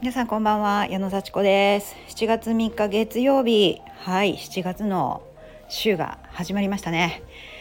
皆さんこんばんは、矢野幸子です。7月3日月曜日、7月の週が始まりましたね。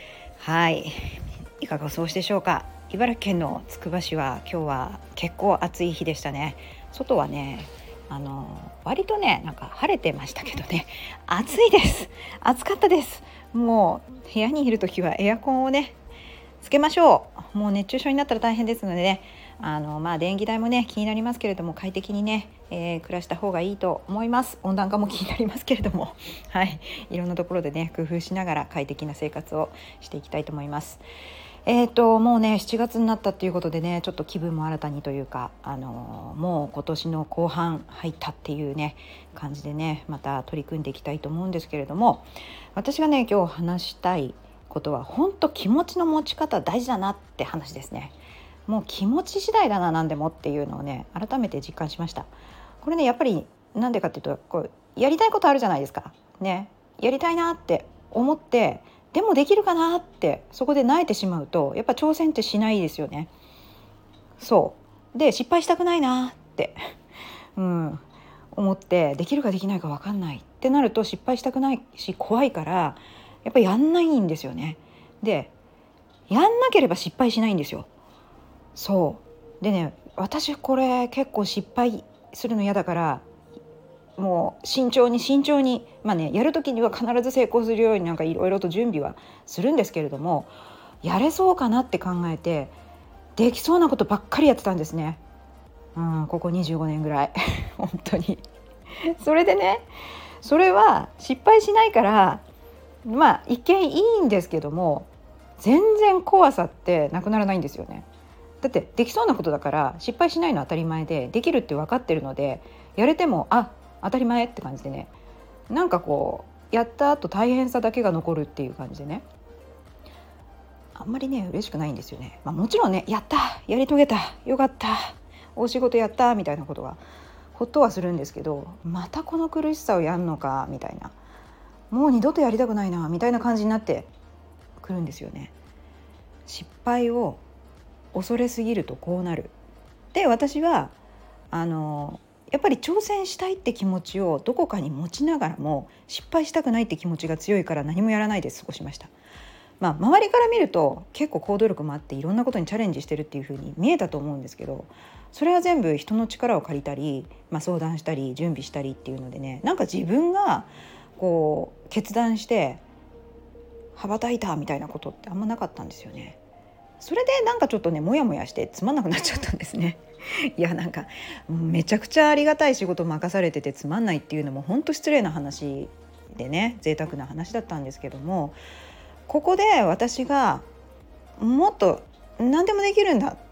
いかがお過ごしでしょうか。茨城県のつくば市は今日は結構暑い日でしたね。外はね、割とね晴れてましたけどね、暑いです。暑かったです。もう部屋にいるときはエアコンをねつけましょう。もう熱中症になったら大変ですのでね、電気代もね気になりますけれども、快適にね、暮らした方がいいと思います。温暖化も気になりますけれどもいろんなところでね工夫しながら快適な生活をしていきたいと思います。もうね7月になったっていうことでね、ちょっと気分も新たにというか、もう今年の後半入ったっていうね感じでね、また取り組んでいきたいと思うんですけれども、私がね今日話したいことは本当気持ちの持ち方大事だなって話ですね。もう気持ち次第だな、何でもっていうのをね改めて実感しました。これねやっぱりなんでかっていうと、やりたいことあるじゃないですかね。やりたいなって思って、でもできるかなってそこで萎えてしまうと、やっぱ挑戦ってしないですよね。そうで、失敗したくないなって思って、できるかできないか分かんないってなると失敗したくないし怖いから、やっぱりやんないんですよね。で、やんなければ失敗しないんですよ。そうでね、私これ結構失敗するの嫌だから、もう慎重にやる時には必ず成功するようにいろいろと準備はするんですけれども、やれそうかなって考えてできそうなことばっかりやってたんですね。ここ25年ぐらい本当に。それでね、それは失敗しないから一見いいんですけども、全然怖さってなくならないんですよね。だってできそうなことだから、失敗しないのは当たり前で、できるって分かってるので、やれても当たり前って感じでね、やった後大変さだけが残るっていう感じでね、あんまりね嬉しくないんですよね。もちろんね、やった、やり遂げた、よかった、大仕事やったみたいなことはほっとはするんですけど、またこの苦しさをやんのかみたいな、もう二度とやりたくないなみたいな感じになってくるんですよね。失敗を恐れすぎるとこうなる。で、私はやっぱり挑戦したいって気持ちをどこかに持ちながらも、失敗したくないって気持ちが強いから何もやらないで過ごしました。周りから見ると結構行動力もあって、いろんなことにチャレンジしてるっていう風に見えたと思うんですけど、それは全部人の力を借りたり、相談したり準備したりっていうのでね、自分が決断して羽ばたいたみたいなことってあんまなかったんですよね。それでちょっとねモヤモヤしてつまんなくなっちゃったんですね。いやめちゃくちゃありがたい仕事任されててつまんないっていうのも本当失礼な話でね、贅沢な話だったんですけども、ここで私がもっと何でもできるんだって、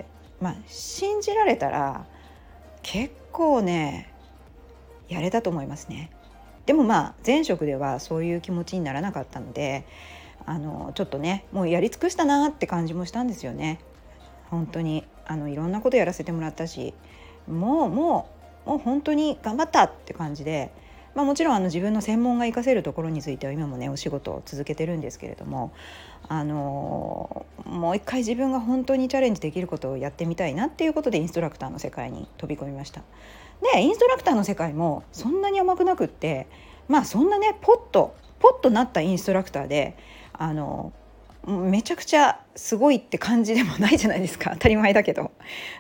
信じられたら結構ねやれたと思いますね。でも前職ではそういう気持ちにならなかったので、ちょっとねもうやり尽くしたなって感じもしたんですよね。本当にいろんなことやらせてもらったし、もう本当に頑張ったって感じで、もちろん自分の専門が活かせるところについては今もねお仕事を続けてるんですけれども、もう一回自分が本当にチャレンジできることをやってみたいなっていうことでインストラクターの世界に飛び込みました。でインストラクターの世界もそんなに甘くなくって、そんなねポッとなったインストラクターでめちゃくちゃすごいって感じでもないじゃないですか。当たり前だけど、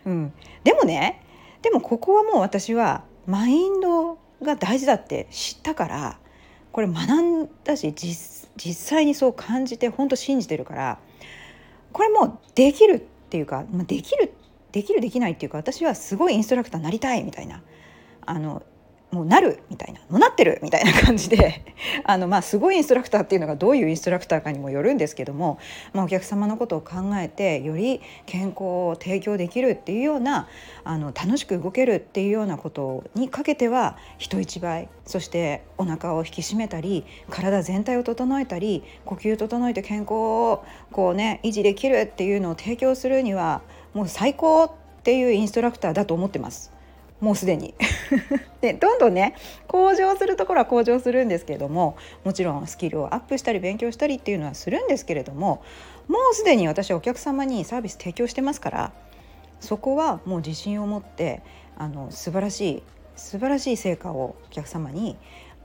でもここはもう私はマインドが大事だって知ったから、これ学んだし、実際にそう感じて本当信じてるから、これもうできるっていうか、できるできないっていうか、私はすごいインストラクターになりたいみたいな、もうなるみたいな、もうなってるみたいな感じですごいインストラクターっていうのがどういうインストラクターかにもよるんですけども、お客様のことを考えてより健康を提供できるっていうような、楽しく動けるっていうようなことにかけては人一倍、そしてお腹を引き締めたり体全体を整えたり呼吸整えて健康を維持できるっていうのを提供するにはもう最高っていうインストラクターだと思ってます。もうすでにでどんどんね向上するところは向上するんですけれども、もちろんスキルをアップしたり勉強したりっていうのはするんですけれども、もうすでに私はお客様にサービス提供してますから、そこはもう自信を持って素晴らしい成果をお客様に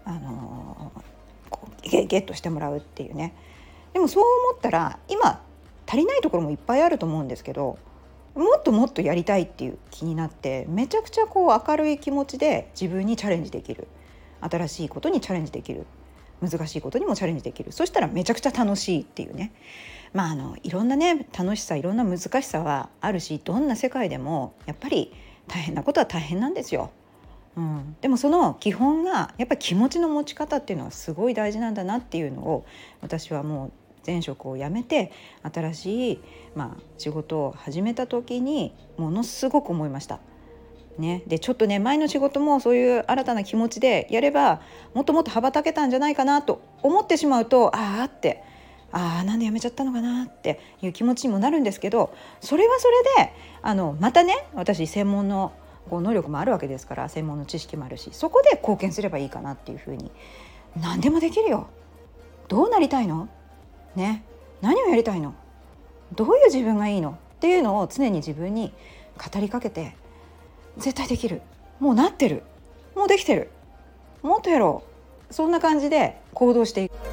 ゲットしてもらうっていうね。でもそう思ったら今足りないところもいっぱいあると思うんですけど、もっともっとやりたいっていう気になって、めちゃくちゃ明るい気持ちで自分にチャレンジできる、新しいことにチャレンジできる、難しいことにもチャレンジできる、そしたらめちゃくちゃ楽しいっていうね。いろんなね楽しさ、いろんな難しさはあるし、どんな世界でもやっぱり大変なことは大変なんですよ。でもその基本がやっぱり気持ちの持ち方っていうのはすごい大事なんだなっていうのを、私はもう前職を辞めて新しい、仕事を始めた時にものすごく思いました。でちょっとね前の仕事もそういう新たな気持ちでやればもっともっと羽ばたけたんじゃないかなと思ってしまうと、なんで辞めちゃったのかなっていう気持ちにもなるんですけど、それはそれでまたね、私専門の能力もあるわけですから、専門の知識もあるし、そこで貢献すればいいかなっていうふうに。何でもできるよ。どうなりたいのね、何をやりたいの、どういう自分がいいのっていうのを常に自分に語りかけて、絶対できる、もうなってる、もうできてる、もっとやろう、そんな感じで行動していく。